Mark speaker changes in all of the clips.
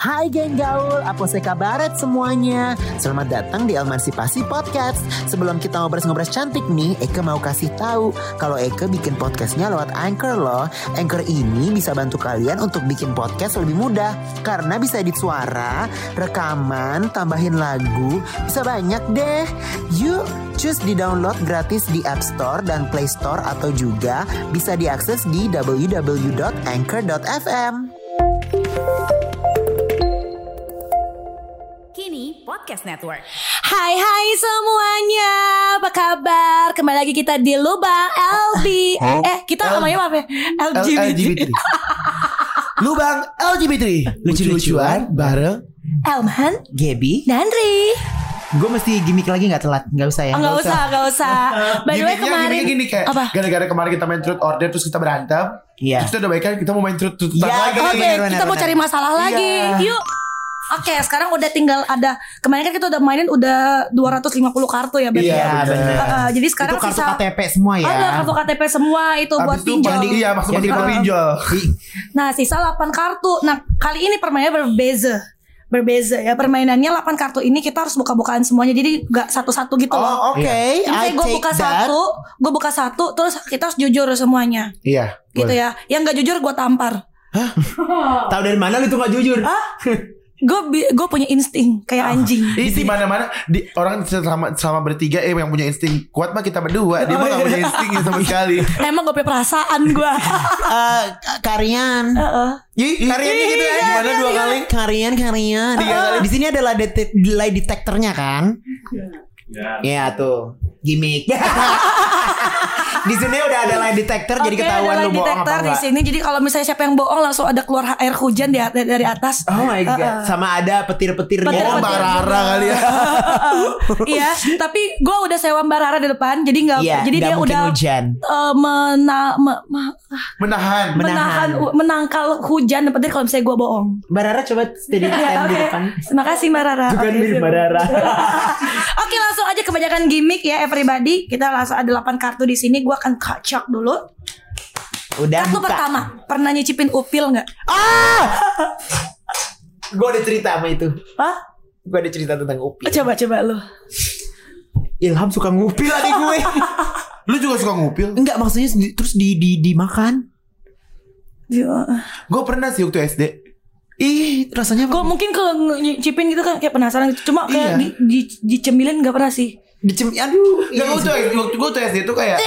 Speaker 1: Hai geng gaul, apa kabaret semuanya? Selamat datang di Emansipasi Podcast. Sebelum kita ngobrol-ngobrol cantik nih, Eke mau kasih tahu kalau Eke bikin podcastnya lewat Anchor loh. Anchor ini bisa bantu kalian untuk bikin podcast lebih mudah karena bisa edit suara, rekaman, tambahin lagu, bisa banyak deh. Yuk, cus di-download gratis di App Store dan Play Store atau juga bisa diakses di www.anchor.fm.
Speaker 2: Podcast Network. Hai semuanya, apa kabar? Kembali lagi kita di Lubang LB. Kita namanya apa ya? LGBT.
Speaker 3: Lubang LGBT. Lucu-lucuan bareng
Speaker 2: Elman,
Speaker 1: Gaby,
Speaker 2: dan Ri.
Speaker 1: Gue mesti gimmick lagi gak telat? Gak usah ya?
Speaker 2: Gak usah. By the way kemarin
Speaker 3: gini kayak
Speaker 2: apa?
Speaker 3: Gara-gara kemarin kita main truth order terus kita berantem.
Speaker 1: Iya.
Speaker 3: Terus kita udah baikkan kita mau main truth
Speaker 1: Ya,
Speaker 3: lagi.
Speaker 2: Oke, kita mau cari masalah lagi.
Speaker 3: Iya.
Speaker 2: Yuk. Oke, sekarang udah tinggal ada. Kemarin kan kita udah mainin udah 250 kartu ya, Beb.
Speaker 3: Iya, benar.
Speaker 2: Jadi sekarang
Speaker 1: itu kartu
Speaker 2: sisa
Speaker 1: KTP semua ya?
Speaker 2: ada kartu KTP semua itu buat
Speaker 3: Abis itu
Speaker 2: pinjol.
Speaker 3: Iya, maksudnya kita pinjol.
Speaker 2: Nah, sisa 8 kartu. Nah, kali ini permainannya berbeza ya. Permainannya 8 kartu ini kita harus buka-bukaan semuanya. Jadi gak satu-satu gitu loh.
Speaker 1: Oh, oke.
Speaker 2: Jadi gue buka satu, terus kita harus jujur semuanya.
Speaker 3: Iya.
Speaker 2: Gitu ya. Yang gak jujur gue tampar.
Speaker 1: Tahu dari mana lu tuh gak jujur?
Speaker 2: Gue punya insting kayak anjing.
Speaker 3: Di mana-mana orang selama bertiga yang punya insting kuat mah kita berdua. Dia mah gak punya insting sama sekali.
Speaker 2: Emang gue punya perasaan gue.
Speaker 1: Karian.
Speaker 3: Karyanya gitu ya. Gimana 2 kali?
Speaker 1: Karian.
Speaker 3: 3 kali.
Speaker 1: Di sini ada lie detectornya kan? Iya tuh. Gimmick. Di sini udah ada lie detector jadi ketahuan lu bohong apa
Speaker 2: di
Speaker 1: enggak.
Speaker 2: sini. Jadi kalau misalnya siapa yang bohong langsung ada keluar air hujan dari atas.
Speaker 1: Oh my god. Sama ada petir-petirnya.
Speaker 3: Oh, Mbak Rara kali ya.
Speaker 2: Iya, tapi gue udah sewa Mbak Rara di depan, jadi nggak.
Speaker 1: Iya,
Speaker 2: jadi dia udah
Speaker 1: hujan.
Speaker 2: Menangkal hujan dan petir kalau misalnya gue bohong.
Speaker 1: Mbak Rara coba steady stand di depan.
Speaker 2: Terima kasih Mbak Rara.
Speaker 1: Bukan mirip Mbak Rara.
Speaker 2: Oke, langsung aja kebanyakan gimmick ya everybody. Kita langsung ada 8 kartu di sini. Gue akan kacak dulu.
Speaker 1: Udah
Speaker 2: Kartu
Speaker 1: buka.
Speaker 2: pertama, pernah nyicipin upil nggak?
Speaker 1: Gue ada cerita sama itu.
Speaker 2: Hah?
Speaker 1: Gue ada cerita tentang upil.
Speaker 2: Coba lu.
Speaker 1: Ilham suka ngupil adik gue.
Speaker 3: Lu juga suka ngupil?
Speaker 1: Enggak, maksudnya terus dimakan.
Speaker 3: Gue pernah sih waktu SD.
Speaker 1: Ih, rasanya
Speaker 2: Gue mungkin kalau nyicipin gitu kan kayak penasaran gitu. Cuma kayak
Speaker 3: Iya.
Speaker 2: dicemilin nggak pernah sih.
Speaker 1: aduh.
Speaker 3: Waktu gue tuh SD itu kayak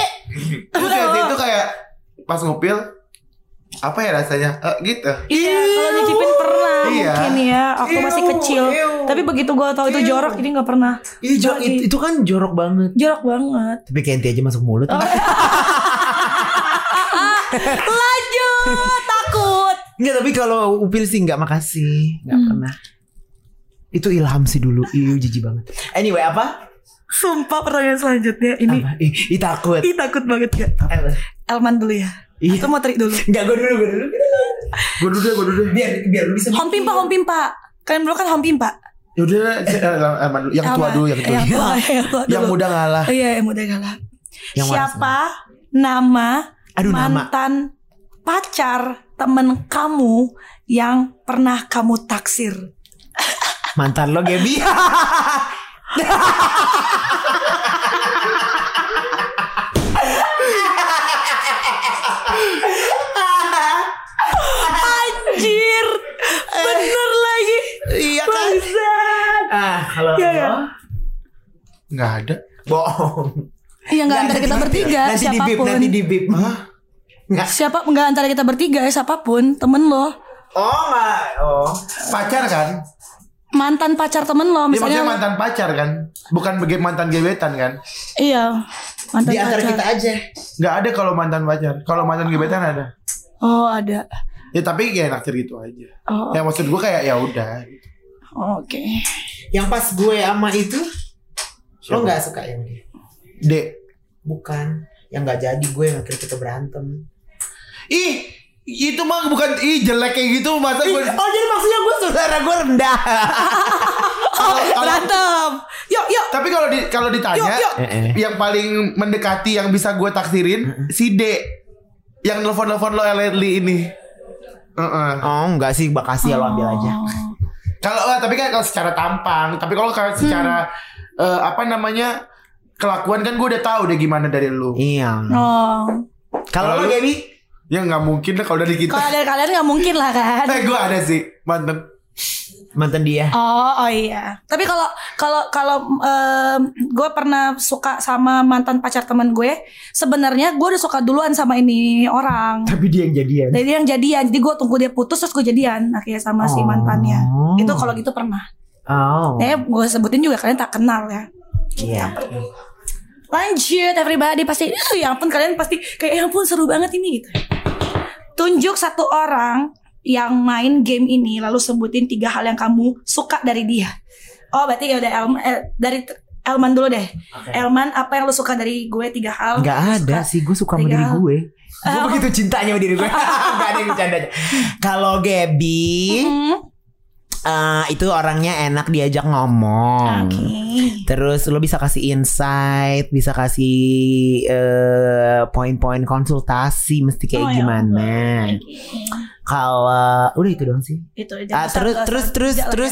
Speaker 3: pas ngupil apa ya rasanya gitu.
Speaker 2: Iya, kalau nyicipin pernah
Speaker 3: Iya.
Speaker 2: mungkin ya. Aku masih kecil. Tapi begitu gue tahu itu jorok, jadi nggak pernah.
Speaker 1: Itu kan jorok banget.
Speaker 2: Jorok banget.
Speaker 1: Tapi kayak aja masuk mulut.
Speaker 2: Lanjut, takut.
Speaker 1: Enggak, tapi kalau upil sih enggak, makasih. Enggak pernah. Itu Ilham sih dulu. Jijik banget. Anyway, apa?
Speaker 2: Sumpah pertanyaan selanjutnya ini.
Speaker 1: Apa? Takut.
Speaker 2: Takut banget gak?
Speaker 1: Apa?
Speaker 2: Elman dulu ya.
Speaker 1: Iya.
Speaker 2: Atau mau Tri dulu?
Speaker 1: Enggak, gue dulu.
Speaker 3: Gue dulu deh.
Speaker 1: Biar lu bisa.
Speaker 2: Home Pimpa. Kalian dulu kan Home Pimpa.
Speaker 3: Yaudah, yang tua dulu.
Speaker 2: Yang tua
Speaker 3: Yang
Speaker 2: dulu.
Speaker 3: muda ngalah.
Speaker 2: Iya, yang muda ngalah.
Speaker 1: Yang
Speaker 2: Siapa nama
Speaker 1: nama.
Speaker 2: mantan pacar temen kamu yang pernah kamu taksir?
Speaker 1: Mantan lo, Gaby.
Speaker 2: Anjir, bener lagi.
Speaker 1: Iya kan? Kalau
Speaker 3: Nggak ada.
Speaker 1: bohong.
Speaker 2: Iya, nggak antara kita bertiga, siapapun.
Speaker 1: Nanti di bip.
Speaker 2: Siapa nggak antara kita bertiga, siapapun temen lo,
Speaker 3: Pacar kan?
Speaker 2: mantan pacar temen lo,
Speaker 3: Dia maksudnya
Speaker 2: misalnya.
Speaker 3: mantan pacar kan? Bukan mantan gebetan kan?
Speaker 2: Iya, mantan
Speaker 1: Di antara
Speaker 2: pacar.
Speaker 1: kita aja.
Speaker 3: Nggak ada kalau mantan pacar. Kalau mantan gebetan ada.
Speaker 2: Oh, ada.
Speaker 3: Ya tapi kayak naksir gitu aja.
Speaker 2: Oh,
Speaker 3: Ya maksud gue kayak ya udah.
Speaker 2: oke.
Speaker 1: Yang pas gue sama itu, lo nggak suka yang dia?
Speaker 3: Dek.
Speaker 1: Bukan. Yang nggak jadi gue yang akhirnya kita berantem.
Speaker 3: Ih, itu mah bukan jelek kayak gitu masa gue.
Speaker 1: Oh, jadi maksudnya gue saudara gue rendah.
Speaker 2: Berantem. Yuk.
Speaker 3: Tapi kalau ditanya
Speaker 2: Yuk.
Speaker 3: yang paling mendekati yang bisa gue taksirin si D yang nelfon lo lately ini.
Speaker 1: Oh, enggak sih, makasih ya, lo ambil aja.
Speaker 3: Tapi kan kalau secara tampang, tapi kalau secara kelakuan kan gue udah tahu deh gimana dari lu.
Speaker 1: Iya.
Speaker 2: Oh.
Speaker 1: Kalau lu Gaby?
Speaker 3: Ya nggak mungkin lah kalau dari kita.
Speaker 2: Kalau dari kalian nggak mungkin lah kan.
Speaker 3: Gue ada sih mantan dia.
Speaker 2: Oh iya. Tapi kalau gue pernah suka sama mantan pacar teman gue, sebenarnya gue udah suka duluan sama ini orang.
Speaker 1: Tapi dia yang jadian.
Speaker 2: Jadi yang jadian. Jadi gue tunggu dia putus terus gue jadian akhirnya sama si mantannya. Itu kalau gitu pernah. Gue sebutin juga kalian tak kenal ya.
Speaker 1: Iya.
Speaker 2: Lanjut everybody pasti ya ampun kalian pasti kayak ya ampun seru banget ini gitu. Tunjuk satu orang yang main game ini lalu sebutin 3 hal yang kamu suka dari dia. Oh berarti ya udah dari Elman dulu deh. Okay. Elman apa yang lu suka dari gue 3 hal?
Speaker 1: Gak ada sih, gue suka sama diri gue. Gue begitu cintanya sama diri gue. Gak ada yang bercandanya. Kalau Gaby itu orangnya enak diajak ngomong. Terus lo bisa kasih insight, bisa kasih poin-poin konsultasi mesti kayak gimana. Kalau udah itu dong sih. Itu terus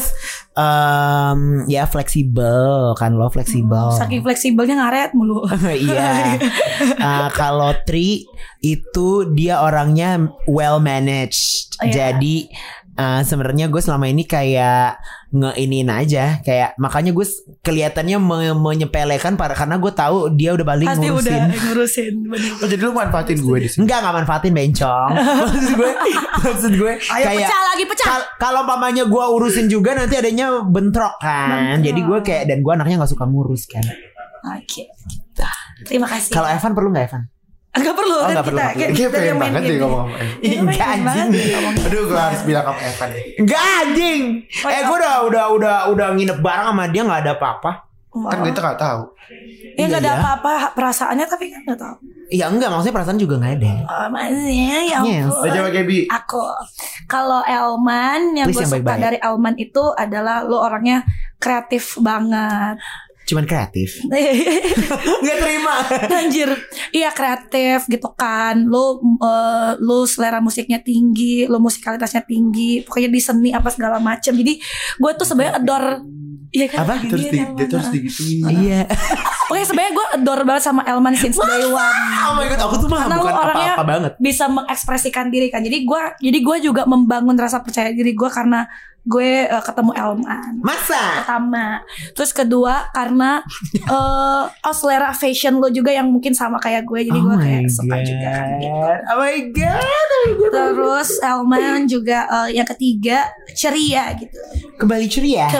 Speaker 1: ya fleksibel kan, lo fleksibel.
Speaker 2: Saking fleksibelnya ngaret mulu.
Speaker 1: Iya. Kalau Tri itu dia orangnya well managed. Jadi sebenarnya gue selama ini kayak ngeinin aja, kayak makanya gue kelihatannya menyepelekan karena gue tahu dia udah balik
Speaker 2: pasti
Speaker 1: ngurusin.
Speaker 2: Pasti udah ngurusin.
Speaker 3: Jadi lu manfaatin gue di sini.
Speaker 1: Enggak manfaatin bencong. maksud gue
Speaker 2: ayo
Speaker 1: kayak
Speaker 2: pecah.
Speaker 1: Kalau mamanya gue urusin juga nanti adanya bentrok kan. Jadi gue kayak, dan gue anaknya nggak suka ngurus kan.
Speaker 2: Oke. Terima kasih.
Speaker 1: Kalau Evan perlu nggak Evan?
Speaker 2: Enggak perlu kan
Speaker 3: kita. Kayak pengen banget deh ngomong sama Evan.
Speaker 1: Enggak anjing.
Speaker 3: Aduh gue harus bilang sama Evan deh.
Speaker 1: Enggak anjing. Gue udah nginep bareng sama dia nggak ada apa-apa.
Speaker 3: Kan kita nggak tahu.
Speaker 2: Ya nggak ada apa-apa perasaannya tapi kan nggak tahu.
Speaker 1: Ya enggak, maksudnya perasaan juga nggak ada.
Speaker 2: Maksudnya ya ampun.
Speaker 3: Coba Gaby.
Speaker 2: Aku kalau Elman yang gue suka dari Elman itu adalah lo orangnya kreatif banget.
Speaker 1: Cuman kreatif. Nggak terima.
Speaker 2: Anjir. Iya kreatif gitu kan. Lu selera musiknya tinggi, lu musikalitasnya tinggi. Pokoknya di seni apa segala macam. Jadi gue tuh sebenarnya adore. Iya kan?
Speaker 3: Apa? Terus digituin.
Speaker 1: Iya.
Speaker 2: Oke sebenarnya gue adore banget sama Elman since day one.
Speaker 1: Oh my god, aku tuh mah bukan apa-apa banget.
Speaker 2: Bisa mengekspresikan diri kan. Jadi gue juga membangun rasa percaya diri gue karena gue ketemu Elman.
Speaker 1: Masa?
Speaker 2: Pertama. Terus kedua karena selera fashion lo juga yang mungkin sama kayak gue. Jadi gue kayak suka juga kan gitu.
Speaker 1: Oh my god.
Speaker 2: Terus Elman juga yang ketiga ceria gitu.
Speaker 1: Kembali ceria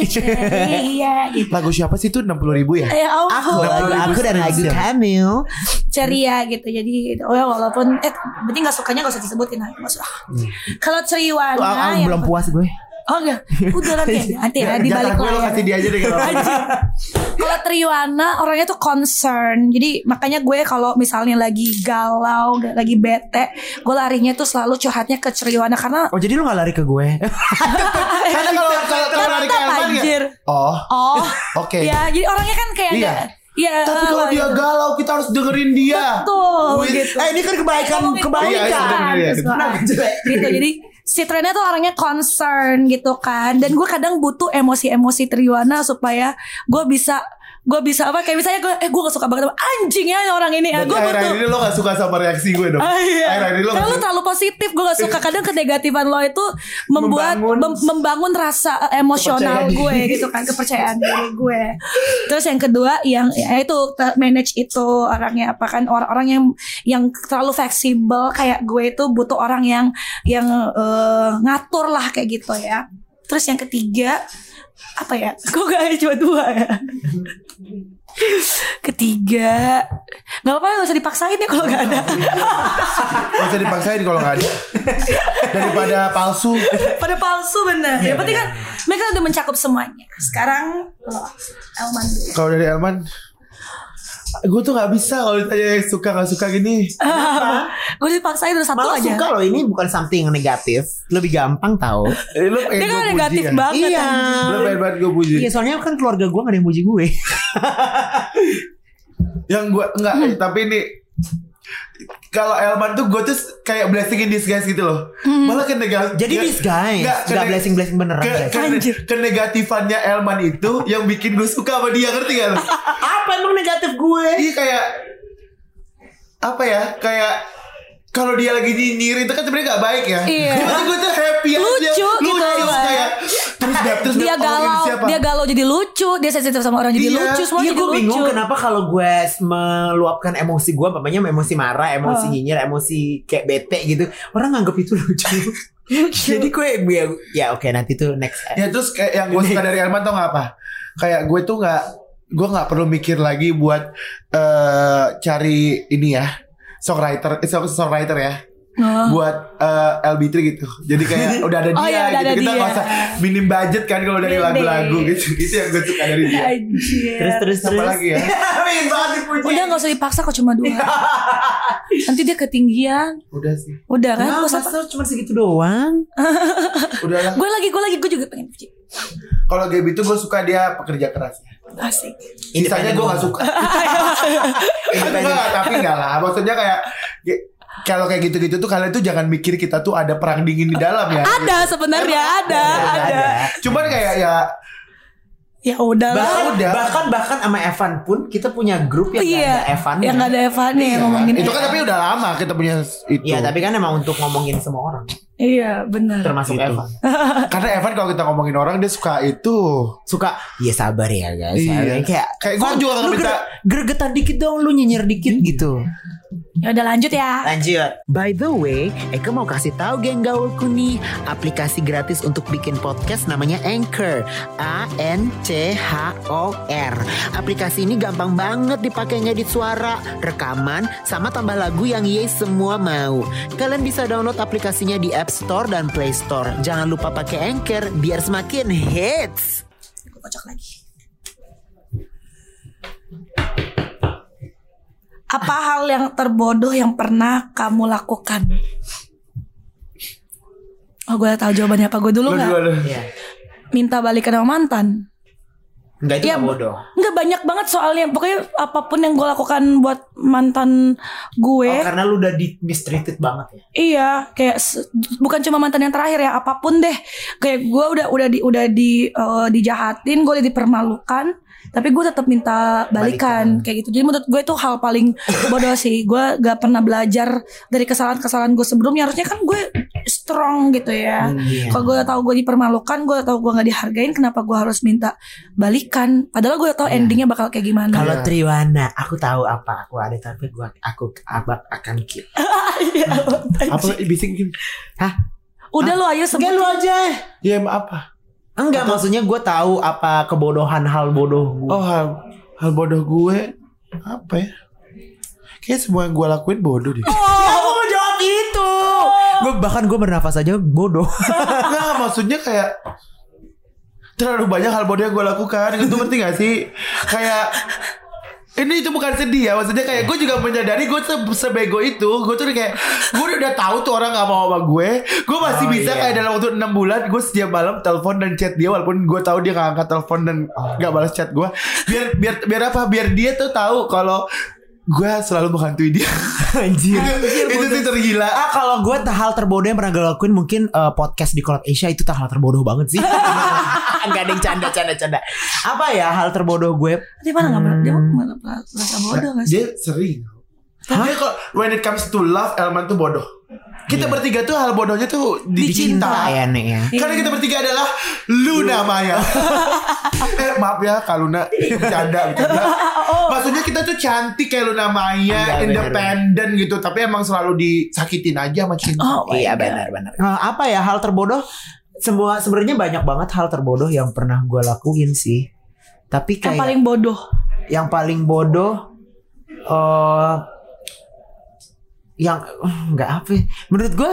Speaker 2: gitu.
Speaker 3: Lagu siapa sih itu 60.000 ya?
Speaker 1: Aku dan lagu Kamil.
Speaker 2: Ceria gitu. Jadi walaupun berarti gak sukanya gak usah disebutin. Kalau Triwana
Speaker 1: yang belum puas gue.
Speaker 2: Oh enggak, udah nanti ya di balik layar.
Speaker 3: Kasih dia aja deh
Speaker 2: Kalau Triwana orangnya tuh concern. Jadi makanya gue kalau misalnya lagi galau, lagi bete, gue larinya tuh selalu curhatnya ke Triwana karena.
Speaker 1: Oh jadi lu nggak lari ke gue?
Speaker 3: Karena kalau lari ke Elman ya. Oke.
Speaker 2: Ya jadi orangnya kan kayak. Iya.
Speaker 3: Tapi kalau dia galau kita harus dengerin dia.
Speaker 2: Betul. Gitu.
Speaker 1: Ini kan kebaikan.
Speaker 2: Gitu jadi. Si Trina tuh orangnya concern gitu kan. Dan gue kadang butuh emosi-emosi Triwana supaya gue bisa apa kayak misalnya gue gak suka banget sama anjingnya orang ini ya.
Speaker 3: Akhir-akhir ini lo gak suka sama reaksi gue dong. Akhir-akhir ini lo
Speaker 2: karena lo terlalu positif. Gue gak suka. Kadang kenegatifan lo itu membangun rasa emosional gue gitu kan. Kepercayaan diri gue. Terus yang kedua yang itu manage itu orangnya apa kan. Orang-orang yang terlalu fleksibel kayak gue itu butuh orang yang ngatur lah kayak gitu ya. Terus yang ketiga apa ya? Kok gak cuma 2 ya? Ketiga gak apa-apa, gak usah dipaksain ya kalau gak ada.
Speaker 3: Gak usah dipaksain kalau gak ada. Daripada palsu.
Speaker 2: Pada palsu bener. Yang penting kan mereka udah mencakup semuanya. Sekarang Elman dulu.
Speaker 3: Kalau dari Elman, gue tuh gak bisa kalau ditanya suka gak suka gini.
Speaker 2: Gue dipaksain udah satu
Speaker 1: malah
Speaker 2: aja.
Speaker 1: Suka loh, ini bukan something yang negatif. Lebih gampang tau.
Speaker 2: Dia kan negatif kan? Banget.
Speaker 1: Iya.
Speaker 3: Lo pengen banget gue puji.
Speaker 1: Iya soalnya kan keluarga gue gak ada yang puji gue.
Speaker 3: Yang gue enggak. Tapi ini kalau Elman tuh gue tuh kayak blessing in disguise gitu loh. Malah ke negatif.
Speaker 1: Jadi disguise, gak blessing beneran.
Speaker 3: Kenegatifannya Elman itu yang bikin gue suka sama dia, ngerti gak lo?
Speaker 1: Apa emang negatif gue?
Speaker 3: Iya kayak apa ya? Kayak kalau dia lagi nyinyir itu kan sebenarnya gak baik ya.
Speaker 2: Iya.
Speaker 3: Gue tuh happy aja.
Speaker 2: Lucu gitu
Speaker 3: kayak terus
Speaker 2: dia galau jadi lucu, dia sensitif sama orang jadi lucu, semua jadi
Speaker 1: gue
Speaker 2: lucu.
Speaker 1: bingung kenapa kalau gue meluapkan emosi gue, papanya emosi marah, emosi nyinyir, emosi kayak bete gitu, orang nganggap itu lucu. Jadi gue ya oke, nanti tuh next.
Speaker 3: Ya terus kayak yang gue suka dari Elman tau gak apa? Kayak gue tuh gak perlu mikir lagi buat cari ini ya, songwriter ya. Buat LB3 gitu. Jadi kayak udah ada dia
Speaker 2: udah
Speaker 3: gitu. Kita
Speaker 2: dia.
Speaker 3: gak usah minim budget kan kalau dari lagu-lagu gitu. Itu yang gue suka dari dia.
Speaker 1: Terus
Speaker 3: Apa lagi ya?
Speaker 2: Udah gak usah dipaksa kok, cuma 2. Nanti dia ketinggian.
Speaker 3: Udah sih.
Speaker 2: Udah kan?
Speaker 1: masa cuma segitu doang.
Speaker 3: Udahlah.
Speaker 2: Gue juga pengen puji.
Speaker 3: Kalau Gaby itu gue suka dia pekerja keras ya.
Speaker 2: Asik.
Speaker 3: Sisanya gue gak suka. Tapi enggak lah. Maksudnya kayak kalau kayak gitu-gitu tuh kalian tuh jangan mikir kita tuh ada perang dingin di dalam ya.
Speaker 2: Ada sebenarnya ada.
Speaker 3: Cuman kayak
Speaker 2: ya udahlah.
Speaker 1: Bahkan sama Evan pun kita punya grup yang gak ada Evan.
Speaker 2: Yang gak ada Evan nih yang ngomongin.
Speaker 3: Itu kan tapi udah lama kita punya itu.
Speaker 1: Iya, tapi kan emang untuk ngomongin semua orang.
Speaker 2: Iya benar.
Speaker 1: Termasuk
Speaker 3: Gitu.
Speaker 1: Evan.
Speaker 3: Karena Evan kalau kita ngomongin orang dia suka itu.
Speaker 1: Ya sabar ya guys.
Speaker 3: Iya.
Speaker 1: Kayak
Speaker 3: gue juga gak minta
Speaker 1: gregetan dikit dong, lu nyinyir dikit gitu.
Speaker 2: Ya udah lanjut ya.
Speaker 1: Lanjut.
Speaker 4: By the way, Eka mau kasih tahu geng gaulku nih, aplikasi gratis untuk bikin podcast namanya Anchor. ANCHOR. Aplikasi ini gampang banget dipakai ngedit suara, rekaman, sama tambah lagu yang semua mau. Kalian bisa download aplikasinya di App Store dan Play Store. Jangan lupa pakai Anchor biar semakin hits.
Speaker 2: Gue kocok lagi. Apa hal yang terbodoh yang pernah kamu lakukan? Oh, gue tahu jawabannya apa. Gue dulu nggak?
Speaker 1: Iya.
Speaker 2: Minta balikan sama mantan.
Speaker 1: Enggak, itu
Speaker 2: Ya,
Speaker 1: bodoh.
Speaker 2: Enggak banyak banget soalnya. Pokoknya apapun yang gue lakukan buat mantan gue.
Speaker 1: Karena lu udah mistreated banget ya.
Speaker 2: Iya, kayak bukan cuma mantan yang terakhir ya, apapun deh. Kayak gue udah dijahatin, gue udah dipermalukan, tapi gue tetap minta balikan kayak gitu. Jadi menurut gue itu hal paling bodoh sih. Gue gak pernah belajar dari kesalahan-kesalahan gue sebelumnya. Harusnya kan gue strong gitu ya. Kalau gue tahu gue dipermalukan, gue tahu gue gak dihargain, kenapa gue harus minta balikan? Padahal gue tahu endingnya bakal kayak gimana.
Speaker 1: Kalau Triwana, aku tahu apa aku ada, tapi aku akan keep.
Speaker 3: apa bising gini.
Speaker 1: Hah?
Speaker 2: Udah lo ayo sebut.
Speaker 1: Enggak, lu aja.
Speaker 3: Ya apa?
Speaker 1: Enggak, maksudnya gue tahu apa kebodohan hal bodoh gue.
Speaker 3: Oh hal bodoh gue apa ya? Kayak semua yang gue lakuin bodoh deh.
Speaker 1: Aku mau jawab itu. Bahkan gue bernafas aja bodoh.
Speaker 3: Nggak, maksudnya kayak terlalu banyak hal bodoh yang gue lakukan. Itu ngerti gak sih? Kayak ini itu bukan sedih ya. Maksudnya kayak gue juga menyadari gue sebego itu. Gue tuh kayak gue udah tahu tuh orang gak mau sama gue. Gue masih bisa kayak dalam waktu 6 bulan gue setiap malam telepon dan chat dia, walaupun gue tahu dia gak angkat telepon dan gak balas chat gue. Biar apa? Biar dia tuh tahu kalau gue selalu menghantui dia.
Speaker 1: Anjir.
Speaker 3: Itu sih tergila.
Speaker 1: Kalau gue hal terbodoh yang pernah gue lakuin mungkin podcast di Collab Asia, itu hal terbodoh banget sih. Enggak ada yang canda. Apa ya hal terbodoh gue?
Speaker 2: Dia mana nggak pernah? Dia mana merasa bodoh nggak sih?
Speaker 3: Dia sering. Dia kok when it comes to love, Elman tuh bodoh. Kita bertiga tuh hal bodohnya tuh dicinta.
Speaker 1: Ya nih ya.
Speaker 3: Karena kita bertiga adalah Luna Maya. Maaf ya Kak Luna, bercanda. Maksudnya kita tuh cantik kayak Luna Maya, independen gitu, tapi emang selalu disakitin aja sama cinta.
Speaker 1: Iya benar. Apa ya hal terbodoh? Sebenarnya banyak banget hal terbodoh yang pernah gue lakuin sih. Tapi kayak
Speaker 2: Yang paling bodoh
Speaker 1: yang nggak apa ya. Menurut gue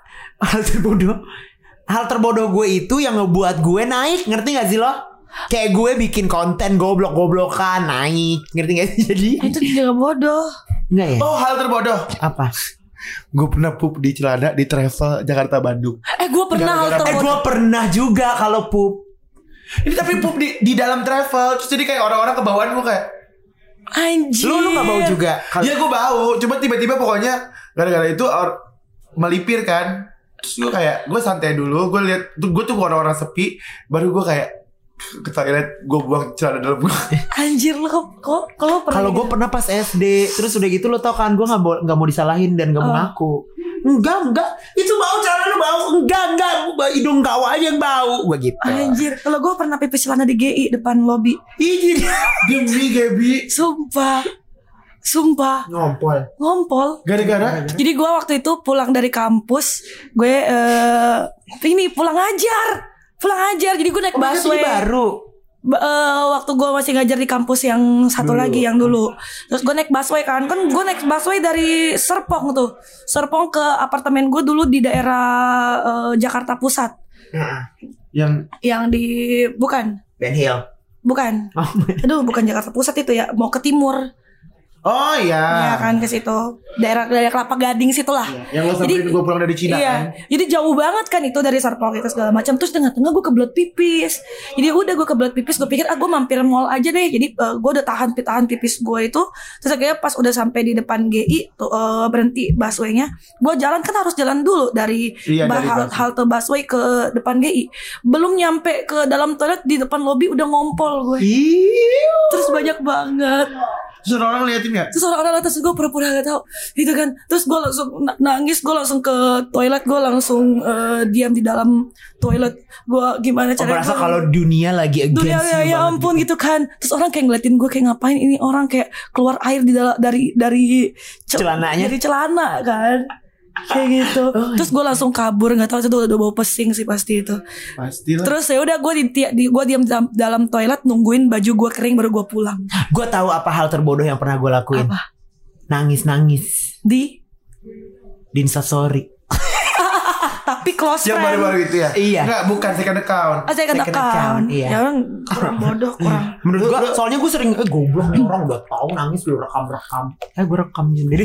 Speaker 1: hal terbodoh gue itu yang ngebuat gue naik, ngerti gak sih lo? Kayak gue bikin konten goblok-goblokan naik, ngerti gak sih? Jadi
Speaker 2: itu juga bodoh.
Speaker 1: Enggak ya?
Speaker 3: Oh, hal terbodoh
Speaker 1: Apa?
Speaker 3: Gue pernah pup di celana di travel Jakarta Bandung.
Speaker 2: Gue pernah hal terbodoh.
Speaker 1: Gue pernah juga kalau pup.
Speaker 3: Ini tapi pup di dalam travel. Terus jadi kayak orang-orang kebawaan gue kayak
Speaker 2: Anjir.
Speaker 1: Lu gak bau juga?
Speaker 3: Iya gue bau. Cuma tiba-tiba pokoknya gara-gara itu melipir kan. Terus gue kayak gue santai dulu. Gue lihat gue tuh orang-orang sepi. Baru gue kayak ke toilet, gue buang celana dalam gue.
Speaker 2: Anjir lo kok kalau
Speaker 1: Kalau gue pernah pas SD, terus udah gitu lo tau kan gue nggak mau disalahin dan nggak mau ngaku. Enggak, itu bau celana lu bau. Enggak, hidung kau aja yang bau. Gue gitu.
Speaker 2: Anjir, kalau gue pernah pipis celana di GI depan lobi.
Speaker 3: Demi Gaby.
Speaker 2: Sumpah. Ngompol.
Speaker 3: Gara-gara.
Speaker 2: Jadi gue waktu itu pulang dari kampus, gue pulang ajar. Jadi gue naik busway.
Speaker 1: Baru.
Speaker 2: Waktu gue masih ngajar di kampus yang satu lagi yang dulu. Terus gue naik busway kan gue naik busway dari Serpong ke apartemen gue dulu di daerah Jakarta Pusat. Yang di bukan
Speaker 1: Ben Hill.
Speaker 2: Bukan. Aduh, bukan Jakarta Pusat itu ya, mau ke timur.
Speaker 3: Oh iya.
Speaker 2: Iya kan, ke situ. Daerah Kelapa Gading situlah.
Speaker 3: Yang lo samperin gue pulang dari Cina kan.
Speaker 2: Jadi jauh banget kan itu dari Serpong itu segala macam. Terus tengah-tengah gue kebelet pipis. Jadi udah gue kebelet pipis, gue pikir gue mampir mall aja deh. Jadi gue udah tahan pipis gue itu. Terus akhirnya pas udah sampai di depan GI berhenti busway-nya. Gue jalan kan harus jalan dulu dari halte busway ke depan GI. Belum nyampe ke dalam toilet, di depan lobi udah ngompol gue. Terus banyak banget.
Speaker 3: Terus orang liatin gak?
Speaker 2: Terus orang-orang atas gue pura-pura gak tahu gitu kan. Terus gue langsung nangis. Gue langsung ke toilet. Gue langsung diam di dalam toilet. Gue gimana caranya
Speaker 1: merasa kalau dunia lagi against you
Speaker 2: ya ampun gitu kan. Terus orang kayak ngeliatin gue kayak ngapain ini orang, kayak keluar air di dalam dari
Speaker 1: celananya,
Speaker 2: dari celana kan. Kayak gitu. Terus gue langsung kabur, nggak tahu itu udah bau pesing sih pasti itu.
Speaker 3: Pastilah.
Speaker 2: Terus ya udah gue diam dalam toilet nungguin baju gue kering baru gue pulang.
Speaker 1: Gue tahu apa hal terbodoh yang pernah gue lakuin.
Speaker 2: Apa?
Speaker 1: Nangis
Speaker 2: Di
Speaker 1: Instastory.
Speaker 2: Tapi close
Speaker 3: yang
Speaker 2: friend.
Speaker 3: baru-baru gitu ya?
Speaker 1: Iya.
Speaker 3: Enggak, bukan second account.
Speaker 2: Second account.
Speaker 1: Iya.
Speaker 2: Ya orang kurang bodoh kurang.
Speaker 1: Menurut gue, soalnya gue sering goblok nih orang udah tahu nangis udah rekam. Gue rekam sendiri.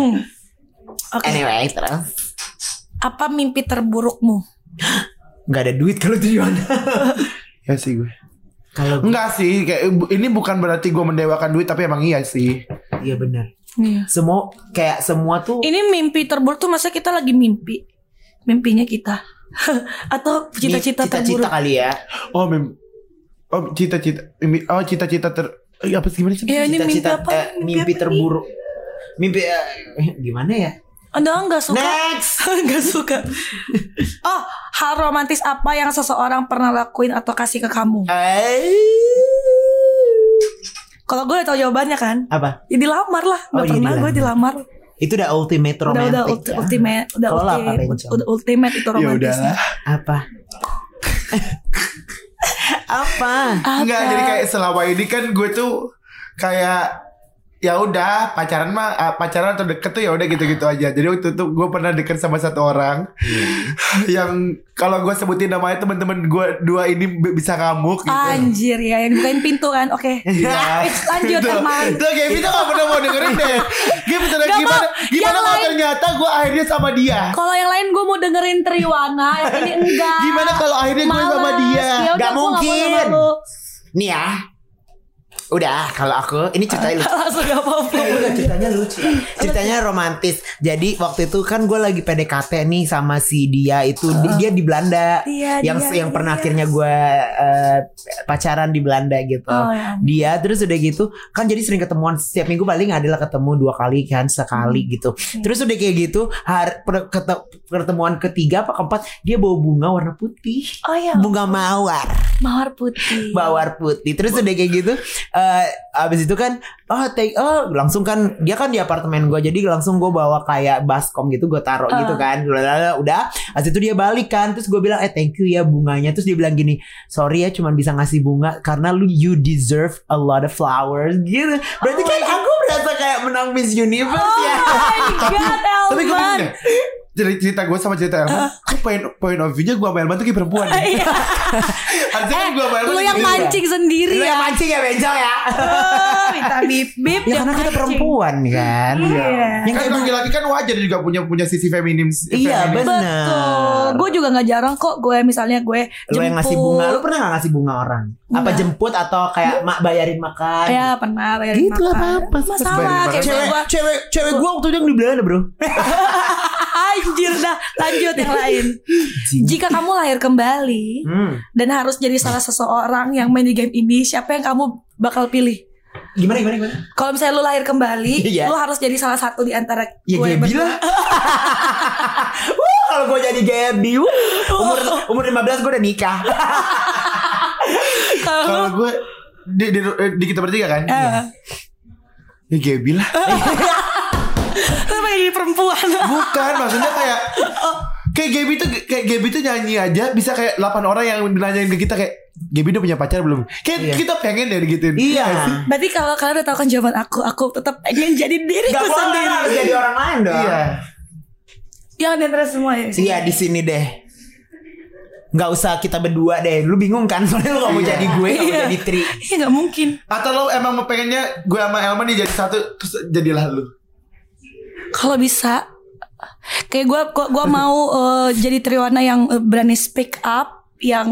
Speaker 2: Okay.
Speaker 1: Anyway, terus
Speaker 2: apa mimpi terburukmu?
Speaker 1: Gak ada duit kalau tujuan.
Speaker 3: Ya sih gue.
Speaker 1: Kalau
Speaker 3: enggak sih, kayak ini bukan berarti gue mendewakan duit, tapi emang iya sih.
Speaker 1: iya benar.
Speaker 2: Iya.
Speaker 1: Semua tuh.
Speaker 2: Ini mimpi terburuk tuh masa kita lagi mimpinya kita atau cita-cita terburuk?
Speaker 1: Cita-cita kali ya.
Speaker 3: Cita-cita apa sih, gimana sih?
Speaker 2: Ya, ini mimpi apa?
Speaker 1: Mimpi terburuk. Mimpi gimana ya?
Speaker 2: Anda nggak suka?
Speaker 1: Next.
Speaker 2: Nggak suka. Oh, hal romantis apa yang seseorang pernah lakuin atau kasih ke kamu? Kalau gue udah tahu jawabannya kan?
Speaker 1: Apa?
Speaker 2: Ya dilamar lah. Udah pernah gue dilamar.
Speaker 1: Itu udah ultimate romantic.
Speaker 2: Udah ultimate itu romantis.
Speaker 3: Ya
Speaker 1: Apa? Apa?
Speaker 3: Enggak, jadi kayak selama ini kan gue tuh kayak ya udah pacaran atau deket tuh ya udah gitu-gitu aja. Jadi waktu itu gue pernah deket sama satu orang yang kalau gue sebutin namanya teman-teman gue dua ini bisa ngamuk gitu.
Speaker 2: Anjir ya, yang bukain pintu kan. Oke.
Speaker 3: Iya.
Speaker 2: Lanjut Herman.
Speaker 3: Tuh kayak gitu gak pernah mau dengerin deh. Gimana kalau ternyata gue akhirnya sama dia.
Speaker 2: Kalau yang lain gue mau dengerin Triwana, yang ini enggak.
Speaker 3: Gimana kalau akhirnya gue sama dia?
Speaker 2: Yaudah,
Speaker 1: Gak mungkin. Nih ya. Udah, kalau aku ini ceritanya lucu.
Speaker 2: Langsung gak apa-apa.
Speaker 1: Ceritanya lucu. Ceritanya romantis. Jadi waktu itu kan gue lagi PDKT nih sama si dia itu. Dia di Belanda. Yang pernah akhirnya gue pacaran di Belanda gitu. Dia terus udah gitu kan jadi sering ketemuan setiap minggu, paling adalah ketemu 2 kali kan sekali gitu. Terus udah kayak gitu pertemuan ketiga apa keempat dia bawa bunga warna putih.
Speaker 2: Oh iya.
Speaker 1: Bunga mawar.
Speaker 2: Mawar putih.
Speaker 1: Mawar putih. Terus udah kayak gitu. Abis itu kan langsung kan dia kan di apartemen gue, jadi langsung gue bawa kayak baskom gitu, gue taruh gitu kan. Udah abis itu dia balik kan, terus gue bilang thank you ya bunganya. Terus dia bilang gini, sorry ya cuman bisa ngasih bunga karena you deserve a lot of flowers gitu. Berarti kan aku berasa kayak menang Miss Universe ya.
Speaker 2: Oh my god,
Speaker 3: Tapi gue bingung deh. cerita gue sama cerita Elman, kok point of view-nya gue sama Elman tuh kayak perempuan. Harusnya kan gue sama Elman
Speaker 2: lu yang mancing sendiri
Speaker 1: Lu
Speaker 2: ya.
Speaker 1: yang mancing ya Benjol ya.
Speaker 2: Minta bip-bip.
Speaker 1: Ya karena kita perempuan kan.
Speaker 3: Yang kan laki-laki kan wajar juga punya sisi feminim.
Speaker 1: Iya benar.
Speaker 2: Betul. Gue juga gak jarang kok. Gue misalnya gue jemput.
Speaker 1: Lu yang ngasih bunga. Lu pernah gak ngasih bunga orang? Apa jemput atau kayak mak bayarin makan?
Speaker 2: Ya pernah bayarin
Speaker 1: gitu
Speaker 2: makan.
Speaker 1: apa-apa.
Speaker 2: Masalah kayak
Speaker 1: Cewek gue waktu itu yang di Belanda bro.
Speaker 2: Anjir dah. Lanjut yang lain. Jika kamu lahir kembali dan harus jadi salah seseorang yang main di game ini, siapa yang kamu bakal pilih?
Speaker 1: Gimana?
Speaker 2: Kalau misalnya lu lahir kembali,
Speaker 1: Iya.
Speaker 2: lu harus jadi salah satu di antara
Speaker 1: Ya
Speaker 2: gue
Speaker 1: Gaby lah. Kalau gue jadi Gaby, umur 15 gue udah nikah.
Speaker 3: Kalau gue di kita bertiga kan. Ya Gaby lah.
Speaker 2: Lu pengen jadi perempuan.
Speaker 3: Bukan, maksudnya kayak Gaby tuh nyanyi aja bisa kayak 8 orang yang nanyain ke kita kayak Gaby udah punya pacar belum? Kayak kita pengen deh gituin.
Speaker 1: Iya.
Speaker 2: Berarti kalau kalian udah tahu kan jawaban aku tetap pengen jadi diriku
Speaker 1: Gak boleh
Speaker 2: sendiri.
Speaker 1: harus jadi orang lain dong.
Speaker 3: Iya.
Speaker 2: Yang di antara semua ya.
Speaker 1: Iya di sini deh. Gak usah kita berdua deh. Lu bingung kan? Soalnya lu gak mau jadi gue, gak mau jadi Tri.
Speaker 2: Iya gak mungkin.
Speaker 3: Atau lo emang mau pengennya gue sama Elman nih jadi satu terus jadilah lu.
Speaker 2: Kalau bisa, kayak gue mau jadi Triwana yang berani speak up, yang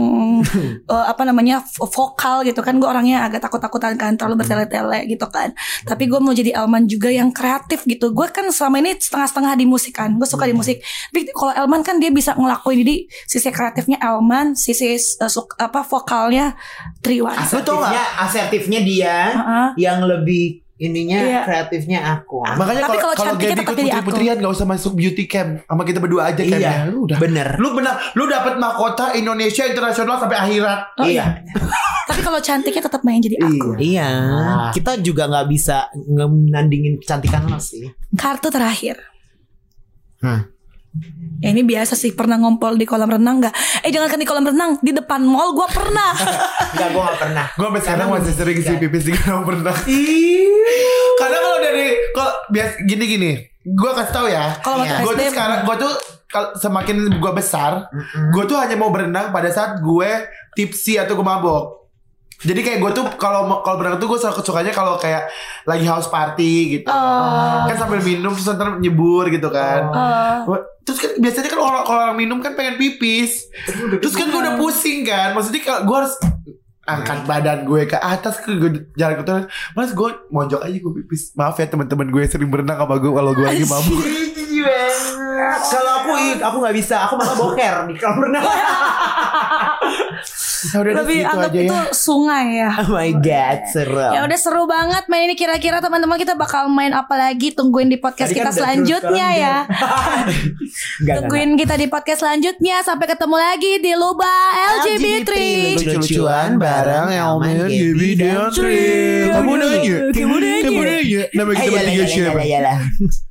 Speaker 2: vokal gitu kan. Gue orangnya agak takut-takutan kan, terlalu bertele-tele gitu kan. Tapi gue mau jadi Elman juga yang kreatif gitu. Gue kan selama ini setengah-setengah di musik kan, gue suka di musik. Tapi kalau Elman kan dia bisa ngelakuin, jadi sisi kreatifnya Elman, sisi vokalnya Triwana.
Speaker 1: Asertifnya dia yang lebih ininya kreatifnya aku.
Speaker 3: Makanya
Speaker 2: Tapi
Speaker 3: kalau
Speaker 2: cantiknya
Speaker 3: Gaby
Speaker 2: tetap
Speaker 3: ikut
Speaker 2: jadi aku.
Speaker 3: putri-putrian gak usah masuk beauty camp sama kita berdua aja
Speaker 1: Iya,
Speaker 3: campnya. Lu udah
Speaker 1: bener.
Speaker 3: Lu dapat mahkota Indonesia internasional sampai akhirat.
Speaker 2: Oh, iya. Tapi kalau cantiknya tetap main jadi aku.
Speaker 1: Iya. Kita juga nggak bisa nandingin kecantikan lo sih.
Speaker 2: Kartu terakhir. Ya ini biasa sih, pernah ngompol di kolam renang gak? Jangankan di kolam renang, di depan mall gue pernah.
Speaker 1: Enggak, gue gak pernah.
Speaker 3: Gue sampai sekarang masih sering sih pipis di kolam renang. Karena kalau biasa gini, gue kasih tahu ya. Gue tuh sekarang, semakin gue besar, gue tuh hanya mau berenang pada saat gue tipsy atau gue mabok. Jadi kayak gue tuh kalau berenang tuh gue sukanya kalau kayak lagi house party gitu. Kan sambil minum terus ntar nyebur gitu kan. Terus kan biasanya kan orang minum kan pengen pipis. Terus kan gue udah pusing kan. Maksudnya kalau gue harus angkat badan gue ke atas, gue jalan ke toilet. Malas gue monjok aja gue pipis. Maaf ya teman-teman gue sering berenang sama gue kalau gue lagi mabuk.
Speaker 1: Kalau aku nggak bisa, aku malah boker di kolam renang.
Speaker 2: Lebih anggap itu sungai ya.
Speaker 1: Oh my god, seru.
Speaker 2: Ya udah seru banget main ini. Kira-kira teman-teman kita bakal main apa lagi? Tungguin di podcast kita selanjutnya ya. Tungguin kita di podcast selanjutnya. Sampai ketemu lagi di Lubang LGBT.
Speaker 3: Lucu-lucuan bareng Elman, Gaby, dan Tri. Kamu nanya. Nama kita bertiga siapa?